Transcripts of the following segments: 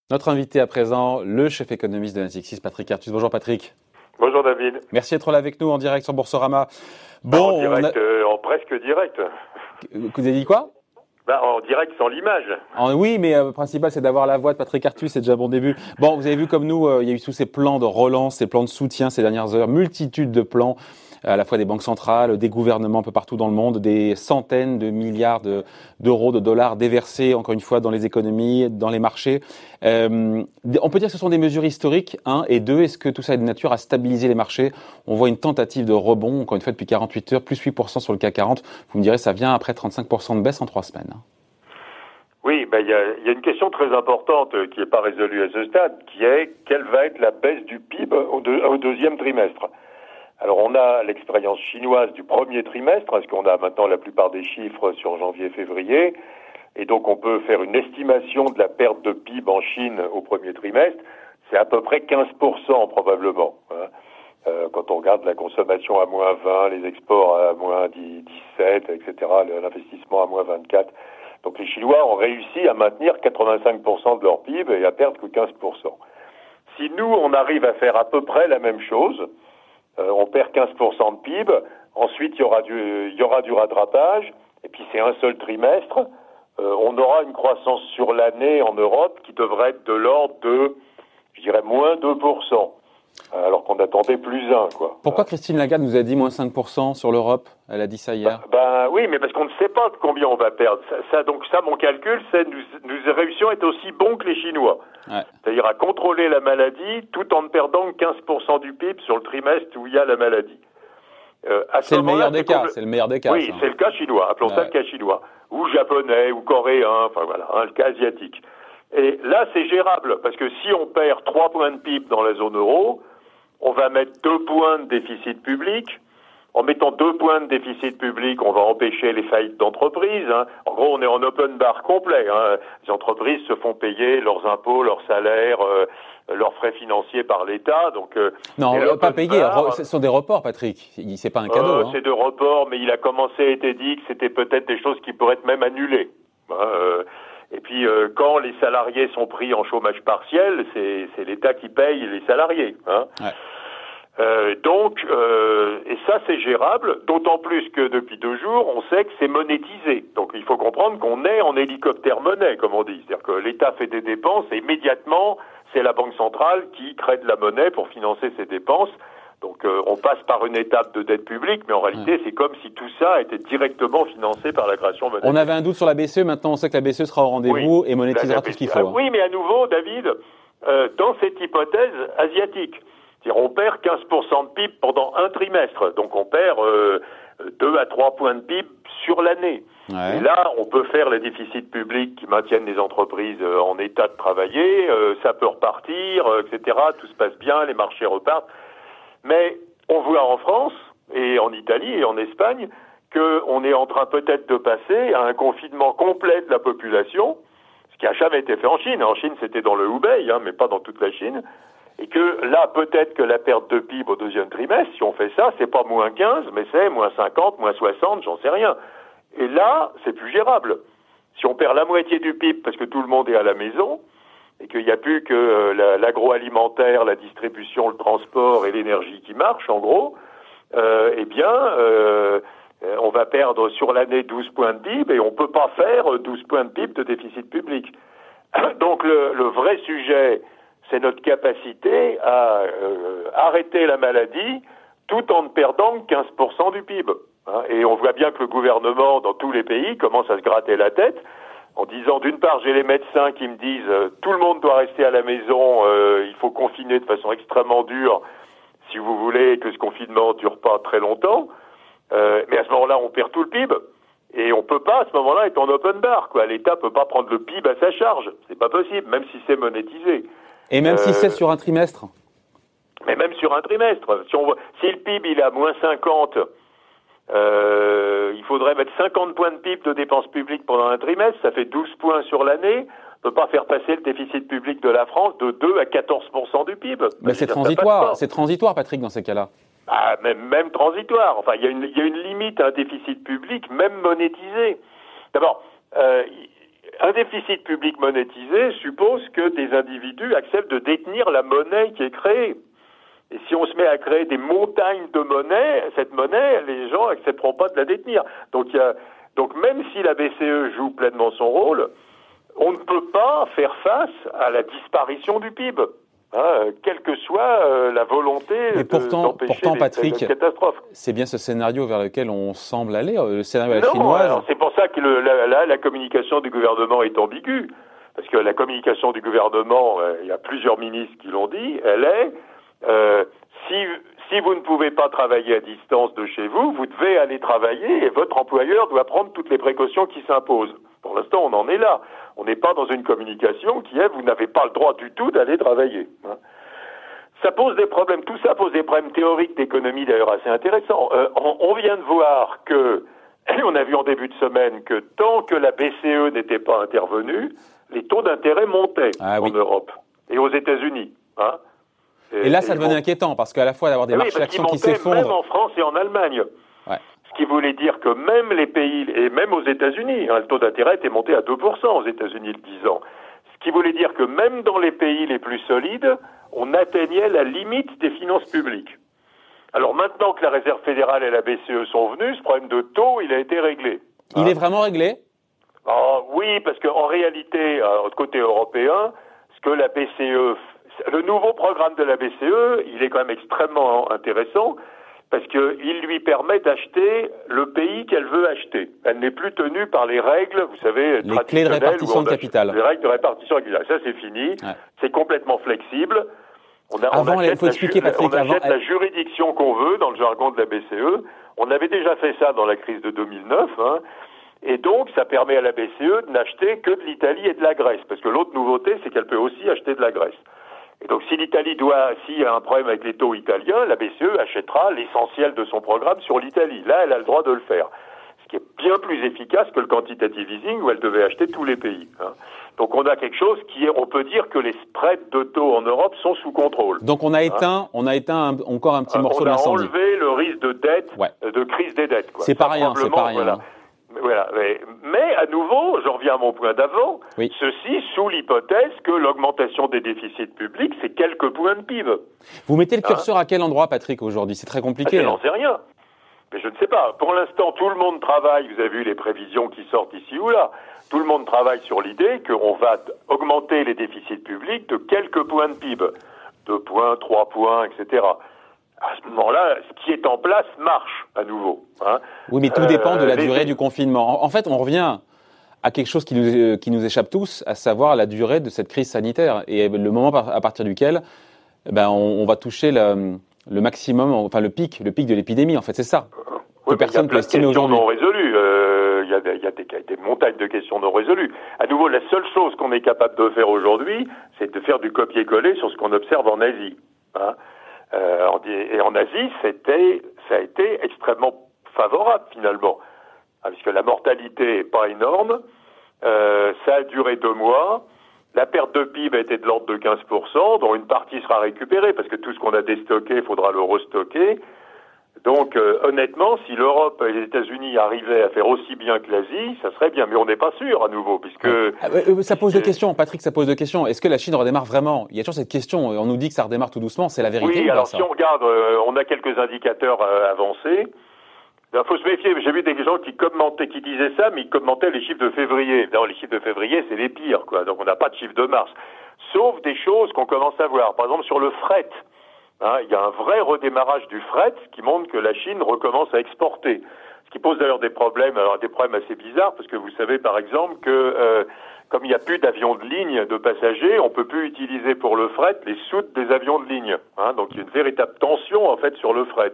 Notre invité à présent, le chef économiste de Natixis, Patrick Artus. Bonjour Patrick. Bonjour David. Merci d'être là avec nous en direct sur Boursorama. En direct, en presque direct. Vous avez dit quoi ? En direct sans l'image. Oui, mais le principal c'est d'avoir la voix de Patrick Artus, c'est déjà un bon début. Bon, vous avez vu comme nous, il y a eu tous ces plans de relance, ces plans de soutien ces dernières heures, multitude de plans, à la fois des banques centrales, des gouvernements un peu partout dans le monde, des centaines de milliards d'euros, de dollars déversés, encore une fois, dans les économies, dans les marchés. On peut dire que ce sont des mesures historiques, et deux, est-ce que tout ça est de nature à stabiliser les marchés ? On voit une tentative de rebond, encore une fois, depuis 48 heures, plus 8% sur le CAC 40. Vous me direz, ça vient après 35% de baisse en 3 semaines. Oui, il y a une question très importante qui n'est pas résolue à ce stade, qui est quelle va être la baisse du PIB au deuxième trimestre. Alors on a l'expérience chinoise du premier trimestre, parce qu'on a maintenant la plupart des chiffres sur janvier-février, et donc on peut faire une estimation de la perte de PIB en Chine au premier trimestre, c'est à peu près 15% probablement. Quand on regarde la consommation à moins 20, les exports à moins 17, etc., l'investissement à moins 24. Donc les Chinois ont réussi à maintenir 85% de leur PIB et à perdre que 15%. Si nous, on arrive à faire à peu près la même chose, on perd 15% de PIB, ensuite il y aura du rattrapage, et puis c'est un seul trimestre, on aura une croissance sur l'année en Europe qui devrait être de l'ordre de, je dirais, moins 2%. Alors qu'on attendait plus 1, quoi. Pourquoi Christine Lagarde nous a dit moins 5% sur l'Europe ? Elle a dit ça hier. Oui, mais parce qu'on ne sait pas de combien on va perdre. Donc mon calcul, c'est nous réussissons à être aussi bons que les Chinois. Ouais. C'est-à-dire à contrôler la maladie tout en ne perdant que 15% du PIB sur le trimestre où il y a la maladie. C'est le meilleur des cas. C'est le meilleur des cas. Oui, c'est le cas chinois. Appelons ça le cas chinois. Ou japonais, ou coréen, enfin voilà, le cas asiatique. Et là, c'est gérable, parce que si on perd 3 points de PIB dans la zone euro, on va mettre 2 points de déficit public. En mettant 2 points de déficit public, on va empêcher les faillites d'entreprises. En gros, on est en open bar complet. Les entreprises se font payer leurs impôts, leurs salaires, leurs frais financiers par l'État. Donc non, pas payer. Ce sont des reports, Patrick. C'est pas un cadeau. C'est des reports, mais il a commencé à être dit que c'était peut-être des choses qui pourraient être même annulées. Et puis, quand les salariés sont pris en chômage partiel, c'est l'État qui paye les salariés. Ouais. Et ça, c'est gérable, d'autant plus que depuis 2 jours, on sait que c'est monétisé. Donc, il faut comprendre qu'on est en hélicoptère-monnaie, comme on dit. C'est-à-dire que l'État fait des dépenses et immédiatement, c'est la Banque centrale qui crée de la monnaie pour financer ses dépenses. Donc, on passe par une étape de dette publique, mais en réalité, c'est comme si tout ça était directement financé par la création monétaire. On avait un doute sur la BCE, maintenant on sait que la BCE sera au rendez-vous et monétisera tout ce qu'il faut. Oui, mais à nouveau, David, dans cette hypothèse asiatique, c'est-à-dire on perd 15% de PIB pendant un trimestre, donc on perd 2 à 3 points de PIB sur l'année. Ouais. Et là, on peut faire les déficits publics qui maintiennent les entreprises en état de travailler, ça peut repartir, etc. Tout se passe bien, les marchés repartent. Mais on voit en France et en Italie et en Espagne qu'on est en train peut-être de passer à un confinement complet de la population, ce qui n'a jamais été fait en Chine. En Chine, c'était dans le Hubei, mais pas dans toute la Chine. Et que là, peut-être que la perte de PIB au deuxième trimestre, si on fait ça, c'est pas moins 15, mais c'est moins 50, moins 60, j'en sais rien. Et là, c'est plus gérable. Si on perd la moitié du PIB parce que tout le monde est à la maison, et qu'il n'y a plus que l'agroalimentaire, la distribution, le transport et l'énergie qui marchent, en gros, on va perdre sur l'année 12 points de PIB et on ne peut pas faire 12 points de PIB de déficit public. Donc le vrai sujet, c'est notre capacité à arrêter la maladie tout en ne perdant que 15% du PIB. Et on voit bien que le gouvernement, dans tous les pays, commence à se gratter la tête en disant, d'une part, j'ai les médecins qui me disent tout le monde doit rester à la maison, il faut confiner de façon extrêmement dure si vous voulez que ce confinement dure pas très longtemps. Mais à ce moment-là, on perd tout le PIB. Et on peut pas, à ce moment-là, être en open bar, quoi. L'État peut pas prendre le PIB à sa charge. C'est pas possible, même si c'est monétisé. Et même si c'est sur un trimestre. Mais même sur un trimestre. Si le PIB, il est à moins 50, il faudrait mettre 50 points de PIB de dépenses publiques pendant un trimestre. Ça fait 12 points sur l'année. On ne peut pas faire passer le déficit public de la France de 2 à 14% du PIB. Mais c'est transitoire. C'est transitoire, Patrick, dans ces cas-là. Ah, même transitoire. Enfin, il y a une limite à un déficit public, même monétisé. D'abord, un déficit public monétisé suppose que des individus acceptent de détenir la monnaie qui est créée. Et si on se met à créer des montagnes de monnaie, cette monnaie, les gens accepteront pas de la détenir. Donc même si la BCE joue pleinement son rôle, on ne peut pas faire face à la disparition du PIB. Quelle que soit la volonté d'empêcher Patrick, cette catastrophe. C'est bien ce scénario vers lequel on semble aller, le scénario à la chinoise. Alors c'est pour ça que la communication du gouvernement est ambiguë. Parce que la communication du gouvernement, il y a plusieurs ministres qui l'ont dit, elle est si vous ne pouvez pas travailler à distance de chez vous, vous devez aller travailler et votre employeur doit prendre toutes les précautions qui s'imposent. Pour l'instant, on en est là. On n'est pas dans une communication qui est vous n'avez pas le droit du tout d'aller travailler. Ça pose des problèmes. Tout ça pose des problèmes théoriques d'économie d'ailleurs assez intéressants. On vient de voir que, on a vu en début de semaine que tant que la BCE n'était pas intervenue, les taux d'intérêt montaient en Europe et aux États-Unis. Et là, ça devenait inquiétant parce qu'à la fois d'avoir des marchés actions qui s'effondrent. Même en France et en Allemagne. Ouais. Ce qui voulait dire que même les pays, et même aux États-Unis, le taux d'intérêt était monté à 2% aux États-Unis le 10 ans. Ce qui voulait dire que même dans les pays les plus solides, on atteignait la limite des finances publiques. Alors maintenant que la Réserve fédérale et la BCE sont venues, ce problème de taux, il a été réglé. Il est vraiment réglé ? Oui, parce qu'en réalité, côté européen, ce que la BCE, le nouveau programme de la BCE, il est quand même extrêmement intéressant parce qu'il lui permet d'acheter le pays qu'elle veut acheter. Elle n'est plus tenue par les règles, vous savez, les clés de répartition de capital. Les règles de répartition de capital. Ça, c'est fini. Ouais. C'est complètement flexible. On achète la juridiction qu'on veut dans le jargon de la BCE. On avait déjà fait ça dans la crise de 2009. Et donc, ça permet à la BCE de n'acheter que de l'Italie et de la Grèce. Parce que l'autre nouveauté, c'est qu'elle peut aussi acheter de la Grèce. Et donc, s'il y a un problème avec les taux italiens, la BCE achètera l'essentiel de son programme sur l'Italie. Là, elle a le droit de le faire. Ce qui est bien plus efficace que le quantitative easing où elle devait acheter tous les pays. Donc, on a quelque chose on peut dire que les spreads de taux en Europe sont sous contrôle. Donc, on a éteint encore un petit morceau de l'incendie. On a enlevé le risque de dette, de crise des dettes. C'est pas rien. Voilà. Mais à nouveau, je reviens à mon point d'avant, ceci sous l'hypothèse que l'augmentation des déficits publics, c'est quelques points de PIB. Vous mettez le curseur à quel endroit, Patrick, aujourd'hui ? C'est très compliqué. Je n'en sais rien. Mais je ne sais pas. Pour l'instant, tout le monde travaille, vous avez vu les prévisions qui sortent ici ou là, tout le monde travaille sur l'idée qu'on va augmenter les déficits publics de quelques points de PIB. 2 points, 3 points, etc. À ce moment-là, ce qui est en place marche à nouveau. Oui, mais tout dépend de la durée du confinement. En fait, on revient à quelque chose qui nous échappe tous, à savoir la durée de cette crise sanitaire et le moment à partir duquel on va toucher le maximum, enfin le pic de l'épidémie. En fait, c'est ça. Oui, personne ne peut estimer aujourd'hui. Il y a plein de questions non résolues. Il y a des montagnes de questions non résolues. À nouveau, la seule chose qu'on est capable de faire aujourd'hui, c'est de faire du copier-coller sur ce qu'on observe en Asie. Et en Asie, ça a été extrêmement favorable finalement, puisque la mortalité est pas énorme, ça a duré 2 mois, la perte de PIB a été de l'ordre de 15%, dont une partie sera récupérée, parce que tout ce qu'on a déstocké, il faudra le restocker. Donc honnêtement, si l'Europe et les États-Unis arrivaient à faire aussi bien que l'Asie, ça serait bien, mais on n'est pas sûr à nouveau, puisque... Ça pose deux questions, Patrick, ça pose deux questions. Est-ce que la Chine redémarre vraiment ? Il y a toujours cette question, on nous dit que ça redémarre tout doucement, c'est la vérité ? Oui, alors si on regarde, on a quelques indicateurs avancés. Il faut se méfier, j'ai vu des gens qui disaient ça, mais ils commentaient les chiffres de février. Non, les chiffres de février, c'est les pires, quoi. Donc on n'a pas de chiffre de mars. Sauf des choses qu'on commence à voir. Par exemple, sur le fret. Il y a un vrai redémarrage du fret qui montre que la Chine recommence à exporter. Ce qui pose d'ailleurs des problèmes assez bizarres, parce que vous savez par exemple que comme il n'y a plus d'avions de ligne de passagers, on peut plus utiliser pour le fret les soutes des avions de ligne. Donc il y a une véritable tension en fait sur le fret.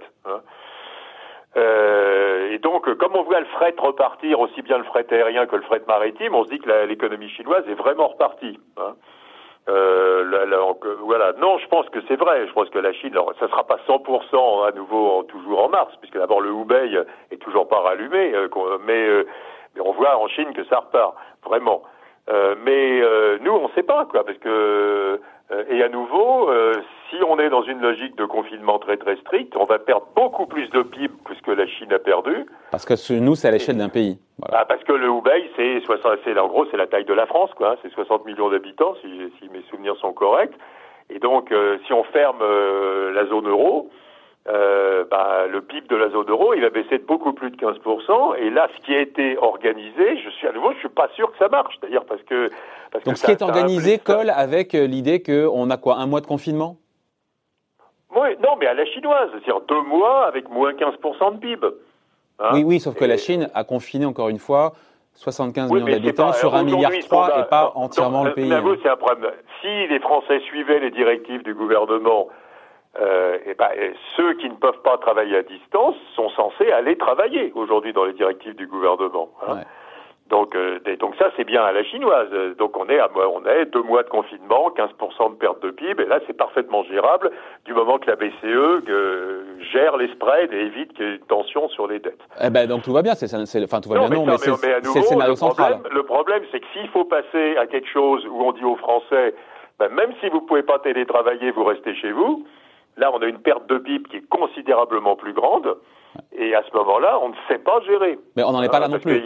Et donc, comme on voit le fret repartir, aussi bien le fret aérien que le fret maritime, on se dit que l'économie chinoise est vraiment repartie. Voilà. Non, je pense que c'est vrai. Je pense que la Chine, alors, ça sera pas 100% à nouveau toujours en mars, puisque d'abord le Hubei est toujours pas rallumé, mais on voit en Chine que ça repart vraiment. Mais nous, on sait pas quoi, parce que et à nouveau, si on est dans une logique de confinement très très stricte, on va perdre beaucoup plus de PIB que ce que la Chine a perdu. Parce que nous, c'est à l'échelle d'un pays. Voilà. Parce que le Hubei, en gros, c'est la taille de la France, quoi. C'est 60 millions d'habitants, si mes souvenirs sont corrects. Et donc, si on ferme la zone euro, le PIB de la zone euro, il va baisser de beaucoup plus de 15%. Et là, ce qui a été organisé, je suis pas sûr que ça marche. D'ailleurs, parce que donc, ce qui est organisé colle avec l'idée qu'on a quoi, 1 mois de confinement? Oui, non, mais à la chinoise, c'est-à-dire 2 mois avec moins 15% de PIB. Hein, oui, sauf que la Chine a confiné, encore une fois, 75 millions d'habitants sur 1,3 milliard et pas entièrement le pays. C'est un problème. Si les Français suivaient les directives du gouvernement, ceux qui ne peuvent pas travailler à distance sont censés aller travailler aujourd'hui dans les directives du gouvernement. Hein. Ouais. Donc ça, c'est bien à la chinoise. Donc on est 2 mois de confinement, 15% de perte de PIB, et là c'est parfaitement gérable du moment que la BCE gère les spreads et évite qu'il y ait une tension sur les dettes. Donc tout va bien, tout va bien, mais c'est le scénario central. Le problème, c'est que s'il faut passer à quelque chose où on dit aux Français, même si vous pouvez pas télétravailler, vous restez chez vous, là on a une perte de PIB qui est considérablement plus grande, et à ce moment-là, on ne sait pas gérer. Mais on n'en est pas là non plus.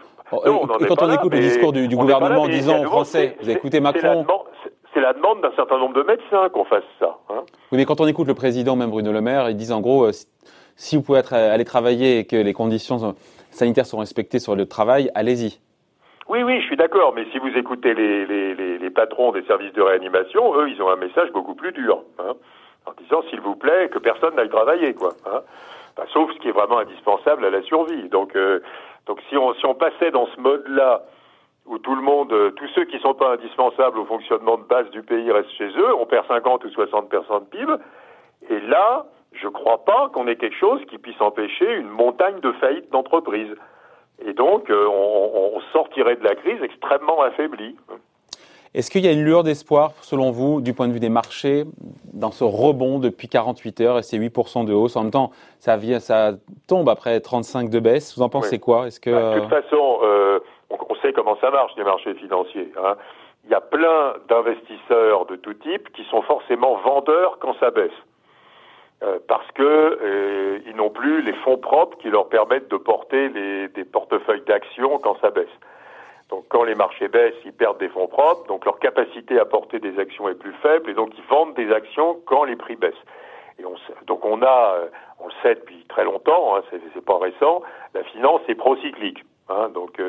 Et quand on écoute le discours du gouvernement en disant aux Français, vous avez écouté Macron... C'est la demande d'un certain nombre de médecins qu'on fasse ça. Hein. Oui, mais quand on écoute le président, même Bruno Le Maire, ils disent en gros, si vous pouvez aller travailler et que les conditions sanitaires sont respectées sur le travail, allez-y. Oui, je suis d'accord, mais si vous écoutez les patrons des services de réanimation, eux, ils ont un message beaucoup plus dur, hein, en disant, s'il vous plaît, que personne n'aille travailler, quoi. Hein. Sauf ce qui est vraiment indispensable à la survie. Donc si on passait dans ce mode-là, où tous ceux qui ne sont pas indispensables au fonctionnement de base du pays restent chez eux, on perd 50 ou 60% de PIB, et là, je ne crois pas qu'on ait quelque chose qui puisse empêcher une montagne de faillites d'entreprises. Et donc, on sortirait de la crise extrêmement affaibli. Est-ce qu'il y a une lueur d'espoir, selon vous, du point de vue des marchés, dans ce rebond depuis 48 heures et ces 8% de hausse? En même temps, ça tombe après 35 de baisse. Vous en pensez quoi? De toute façon, on sait comment ça marche, les marchés financiers. Hein. Il y a plein d'investisseurs de tout type qui sont forcément vendeurs quand ça baisse. Parce que ils n'ont plus les fonds propres qui leur permettent de porter des portefeuilles d'actions quand ça baisse. Donc quand les marchés baissent, ils perdent des fonds propres, donc leur capacité à porter des actions est plus faible, et donc ils vendent des actions quand les prix baissent. Et on le sait depuis très longtemps, hein, c'est pas récent, la finance est procyclique. Hein, donc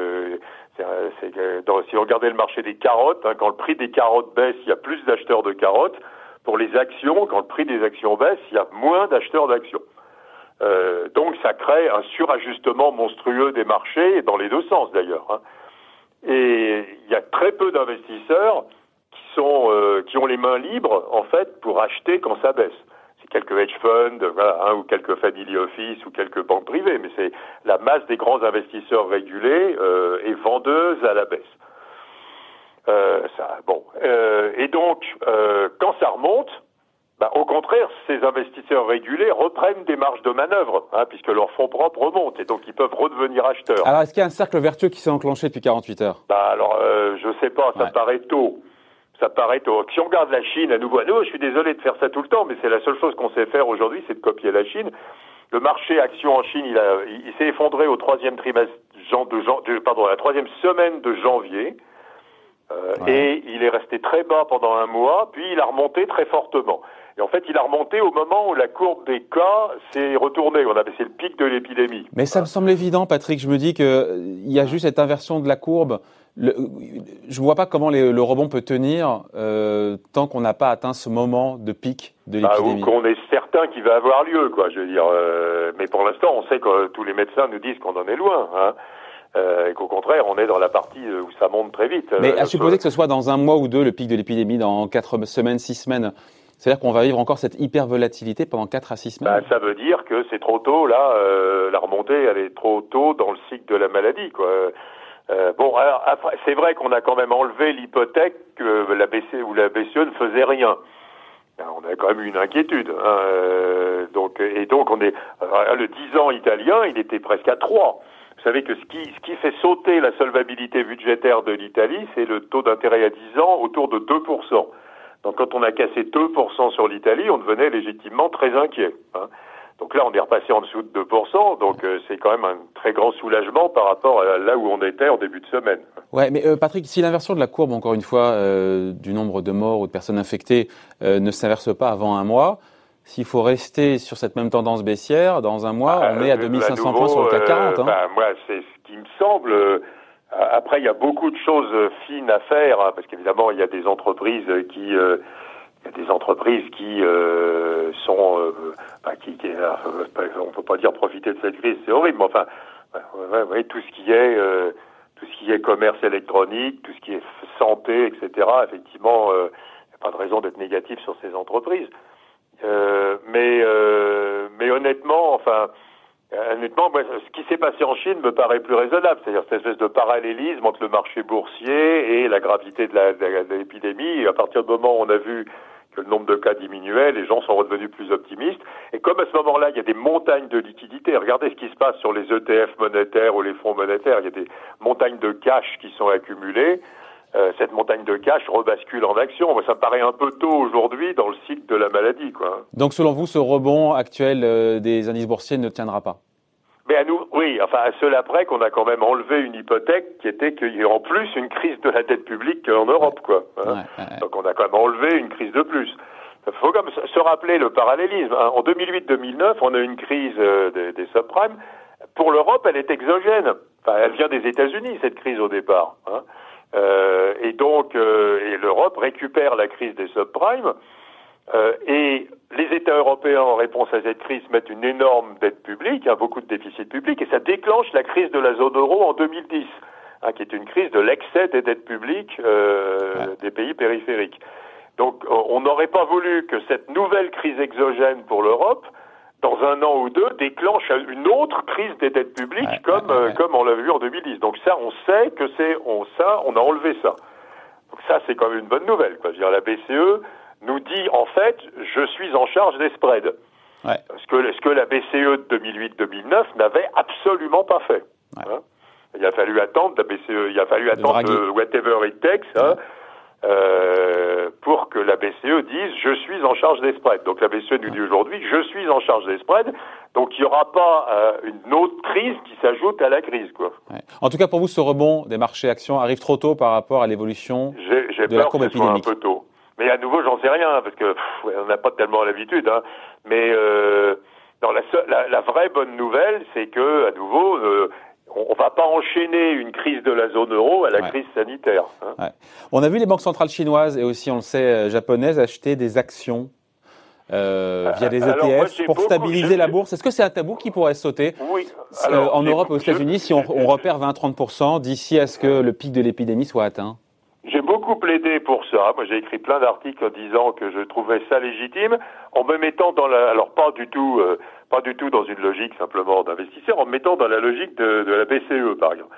si vous regardez le marché des carottes, hein, quand le prix des carottes baisse, il y a plus d'acheteurs de carottes. Pour les actions, quand le prix des actions baisse, il y a moins d'acheteurs d'actions. Donc ça crée un surajustement monstrueux des marchés, dans les deux sens d'ailleurs. Hein. Et il y a très peu d'investisseurs qui ont les mains libres en fait pour acheter quand ça baisse. C'est quelques hedge funds, ou quelques family office ou quelques banques privées, mais c'est la masse des grands investisseurs régulés est vendeuse à la baisse. Et donc quand ça remonte, au contraire, ces investisseurs régulés reprennent des marges de manœuvre, hein, puisque leurs fonds propres remontent, et donc ils peuvent redevenir acheteurs. Alors, est-ce qu'il y a un cercle vertueux qui s'est enclenché depuis 48 heures? Je sais pas, ça paraît tôt. Si on regarde la Chine à nouveau, je suis désolé de faire ça tout le temps, mais c'est la seule chose qu'on sait faire aujourd'hui, c'est de copier la Chine. Le marché action en Chine, il s'est effondré au troisième trimestre la troisième semaine de janvier, et il est resté très bas pendant un mois, puis il a remonté très fortement. Et en fait, il a remonté au moment où la courbe des cas s'est retournée. C'est le pic de l'épidémie. Mais ça me semble évident, Patrick. Je me dis qu'il y a juste cette inversion de la courbe. Je ne vois pas comment le rebond peut tenir tant qu'on n'a pas atteint ce moment de pic de l'épidémie. Ou qu'on est certain qu'il va avoir lieu, quoi. Je veux dire. Mais pour l'instant, on sait que tous les médecins nous disent qu'on en est loin. Hein. Et qu'au contraire, on est dans la partie où ça monte très vite. Mais à supposer que ce soit dans un mois ou deux, le pic de l'épidémie, dans 4 semaines, 6 semaines, c'est-à-dire qu'on va vivre encore cette hyper volatilité pendant 4 à 6 semaines. Ça veut dire que c'est trop tôt, là, la remontée, elle est trop tôt dans le cycle de la maladie, quoi. Alors, après, c'est vrai qu'on a quand même enlevé l'hypothèque que la BCE ne faisait rien. On a quand même eu une inquiétude. Hein, donc on est, le 10 ans italien, il était presque à 3. Vous savez que ce qui fait sauter la solvabilité budgétaire de l'Italie, c'est le taux d'intérêt à 10 ans autour de 2%. Donc quand on a cassé 2% sur l'Italie, on devenait légitimement très inquiet. Hein. Donc là, on est repassé en dessous de 2%, donc c'est quand même un très grand soulagement par rapport à là où on était en début de semaine. Ouais, mais Patrick, si l'inversion de la courbe, encore une fois, du nombre de morts ou de personnes infectées ne s'inverse pas avant un mois, s'il faut rester sur cette même tendance baissière, dans un mois, on est à 2500 points sur le CAC 40. Moi, c'est ce qui me semble. Après, il y a beaucoup de choses fines à faire, hein, parce qu'évidemment, il y a des entreprises qui... sont, on peut pas dire profiter de cette crise, c'est horrible, mais enfin, tout ce qui est commerce électronique, tout ce qui est santé, etc. Effectivement, il n'y a pas de raison d'être négatif sur ces entreprises. Mais honnêtement, moi, ce qui s'est passé en Chine me paraît plus raisonnable, c'est-à-dire cette espèce de parallélisme entre le marché boursier et la gravité de l'épidémie. Et à partir du moment où on a vu que le nombre de cas diminuait, les gens sont redevenus plus optimistes. Et comme à ce moment-là, il y a des montagnes de liquidités, regardez ce qui se passe sur les ETF monétaires ou les fonds monétaires, il y a des montagnes de cash qui sont accumulées. Cette montagne de cash rebascule en action. Moi, ça me paraît un peu tôt aujourd'hui dans le cycle de la maladie, quoi. Donc, selon vous, ce rebond actuel des indices boursiers ne tiendra pas? Mais à nous, oui, enfin, à cela près qu'on a quand même enlevé une hypothèque qui était qu'il y ait en plus une crise de la dette publique en Europe, quoi. Hein. Donc, on a quand même enlevé une crise de plus. Il faut quand même se rappeler le parallélisme. Hein. En 2008-2009, on a eu une crise des subprimes. Pour l'Europe, elle est exogène. Enfin, elle vient des États-Unis, cette crise, au départ. Hein. Et donc, l'Europe récupère la crise des subprimes. Et les États européens, en réponse à cette crise, mettent une énorme dette publique, beaucoup de déficit public, et ça déclenche la crise de la zone euro en 2010, qui est une crise de l'excès des dettes publiques des pays périphériques. Donc, on n'aurait pas voulu que cette nouvelle crise exogène pour l'Europe, dans un an ou deux, déclenche une autre crise des dettes publiques, comme on l'a vu en 2010. Donc ça, on sait que on a enlevé ça. Donc ça, c'est quand même une bonne nouvelle, quoi. Je veux dire, la BCE nous dit, en fait, je suis en charge des spreads. Ouais. Ce que la BCE de 2008-2009 n'avait absolument pas fait. Ouais. Hein. Il a fallu attendre la BCE, whatever it takes, pour que la BCE dise je suis en charge des spreads. Donc la BCE nous dit aujourd'hui je suis en charge des spreads. Donc il n'y aura pas une autre crise qui s'ajoute à la crise, quoi. Ouais. En tout cas, pour vous, ce rebond des marchés actions arrive trop tôt par rapport à l'évolution de la courbe épidémique. J'ai peur que ce soit un peu tôt. Mais à nouveau, j'en sais rien, parce que on n'a pas tellement l'habitude. Hein. Mais la vraie bonne nouvelle, c'est que à nouveau, on va pas enchaîner une crise de la zone euro à la crise sanitaire. Hein. Ouais. On a vu les banques centrales chinoises et aussi, on le sait, japonaises acheter des actions via des ETF pour stabiliser la bourse. Est-ce que c'est un tabou qui pourrait sauter en Europe et aux États-Unis si on repère 20-30% d'ici à ce que le pic de l'épidémie soit atteint? J'ai beaucoup plaidé pour ça. Moi, j'ai écrit plein d'articles en disant que je trouvais ça légitime, en me mettant alors pas du tout dans une logique simplement d'investisseur, en me mettant dans la logique de la BCE, par exemple.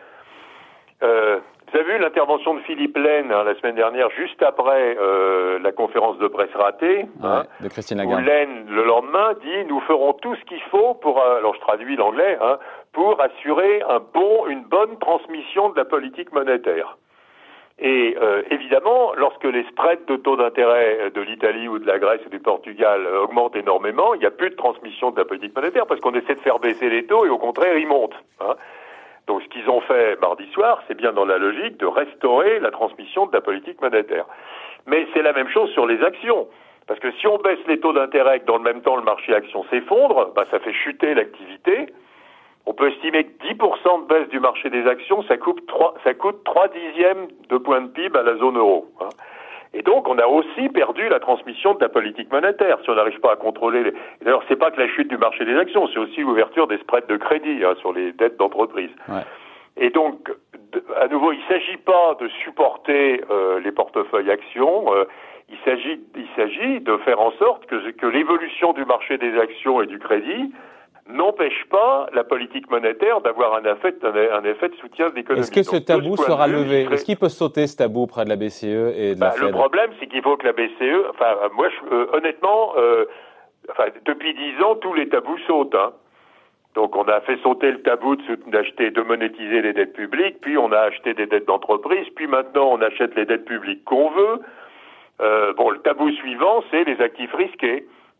Vous avez vu l'intervention de Philippe Lane la semaine dernière, juste après la conférence de presse ratée, de Christine Lagarde. Où Lane, le lendemain, dit « Nous ferons tout ce qu'il faut pour, alors je traduis l'anglais, pour assurer une bonne transmission de la politique monétaire ». Et évidemment, lorsque les spreads de taux d'intérêt de l'Italie ou de la Grèce ou du Portugal augmentent énormément, il n'y a plus de transmission de la politique monétaire parce qu'on essaie de faire baisser les taux et au contraire, ils montent. Hein. Donc ce qu'ils ont fait mardi soir, c'est bien dans la logique de restaurer la transmission de la politique monétaire. Mais c'est la même chose sur les actions. Parce que si on baisse les taux d'intérêt et que dans le même temps le marché actions s'effondre, ça fait chuter l'activité. On peut estimer que 10% de baisse du marché des actions, ça coûte 3 dixièmes de points de PIB à la zone euro. Hein. Et donc, on a aussi perdu la transmission de la politique monétaire. Si on n'arrive pas à contrôler D'ailleurs, c'est pas que la chute du marché des actions, c'est aussi l'ouverture des spreads de crédit sur les dettes d'entreprise. Ouais. Et donc, à nouveau, il ne s'agit pas de supporter les portefeuilles actions. Il s'agit de faire en sorte que l'évolution du marché des actions et du crédit n'empêche pas la politique monétaire d'avoir un effet de soutien de l'économie. Est-ce que ce tabou sera levé? Est-ce qu'il peut sauter ce tabou auprès de la BCE et de la Fed? Le problème, c'est qu'il faut que la BCE... moi, honnêtement, depuis 10 ans, tous les tabous sautent. Hein. Donc, on a fait sauter le tabou de monétiser les dettes publiques, puis on a acheté des dettes d'entreprise, puis maintenant, on achète les dettes publiques qu'on veut. Le tabou suivant, c'est les actifs risqués.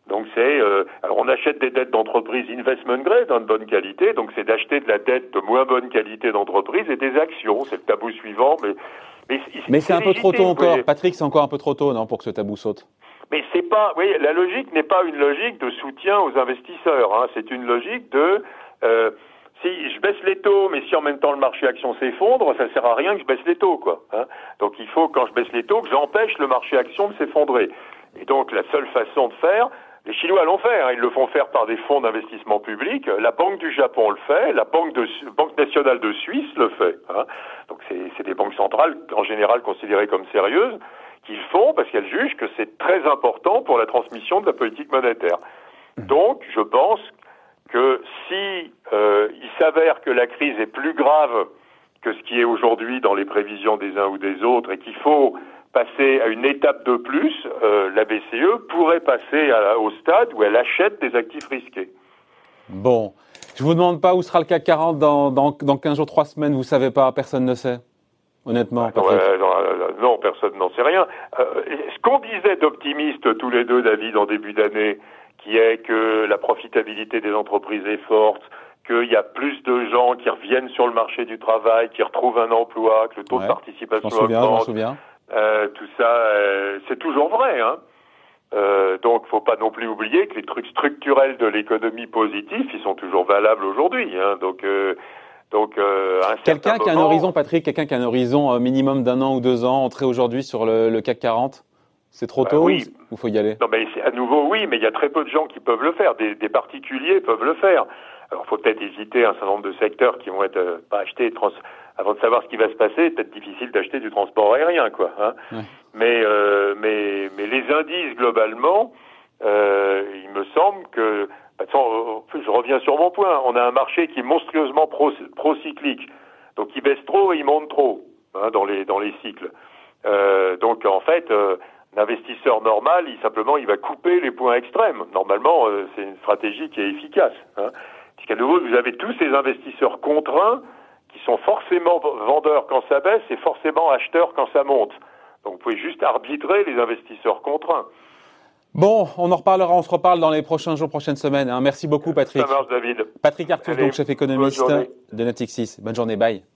Donc alors on achète des dettes d'entreprise investment grade, de bonne qualité, donc c'est d'acheter de la dette de moins bonne qualité d'entreprise et des actions. C'est le tabou suivant, mais c'est un peu trop tôt encore. Patrick, c'est encore un peu trop tôt, non, pour que ce tabou saute. Mais c'est pas, oui, la logique n'est pas une logique de soutien aux investisseurs. Hein. C'est une logique de si je baisse les taux, mais si en même temps le marché action s'effondre, ça sert à rien que je baisse les taux, quoi. Hein. Donc il faut, quand je baisse les taux, que j'empêche le marché action de s'effondrer. Et donc la seule façon de faire, les Chinois l'ont fait, hein, ils le font faire par des fonds d'investissement public. La Banque du Japon le fait, la Banque nationale de Suisse le fait. Hein. Donc c'est des banques centrales en général considérées comme sérieuses qu'ils font parce qu'elles jugent que c'est très important pour la transmission de la politique monétaire. Donc je pense que si il s'avère que la crise est plus grave que ce qui est aujourd'hui dans les prévisions des uns ou des autres et qu'il faut passer à une étape de plus, la BCE pourrait passer au stade où elle achète des actifs risqués. Bon, je vous demande pas où sera le CAC 40 dans 15 jours, 3 semaines, vous savez pas, personne ne sait, honnêtement. Patrick. Non, personne n'en sait rien. Ce qu'on disait d'optimiste tous les deux, David, en début d'année, qui est que la profitabilité des entreprises est forte, qu'il y a plus de gens qui reviennent sur le marché du travail, qui retrouvent un emploi, que le taux de participation augmente. Je m'en souviens. Tout ça, c'est toujours vrai. Hein. Donc, faut pas non plus oublier que les trucs structurels de l'économie positive, ils sont toujours valables aujourd'hui. Hein. Donc, quelqu'un qui a un horizon, Patrick, quelqu'un qui a un horizon minimum d'1 an ou 2 ans, entrer aujourd'hui sur le CAC 40, c'est trop tôt ou faut y aller? Non, mais à nouveau, oui, mais il y a très peu de gens qui peuvent le faire. Des particuliers peuvent le faire. Alors, faut peut-être hésiter un certain nombre de secteurs qui vont être pas achetés avant de savoir ce qui va se passer. Peut-être difficile d'acheter du transport aérien, quoi. Hein. Ouais. Mais les indices globalement, il me semble que je reviens sur mon point. On a un marché qui est monstrueusement pro-cyclique. Donc, il baisse trop et il monte trop, hein, dans les cycles. Donc, en fait, l'investisseur normal, il va couper les points extrêmes. Normalement, c'est une stratégie qui est efficace. Hein. Puisqu'à nouveau, vous avez tous ces investisseurs contraints qui sont forcément vendeurs quand ça baisse et forcément acheteurs quand ça monte. Donc, vous pouvez juste arbitrer les investisseurs contraints. Bon, on se reparle dans les prochains jours, prochaines semaines. Hein. Merci beaucoup, Patrick. Ça marche, David. Patrick Artus, donc chef économiste de Natixis. Bonne journée, bye.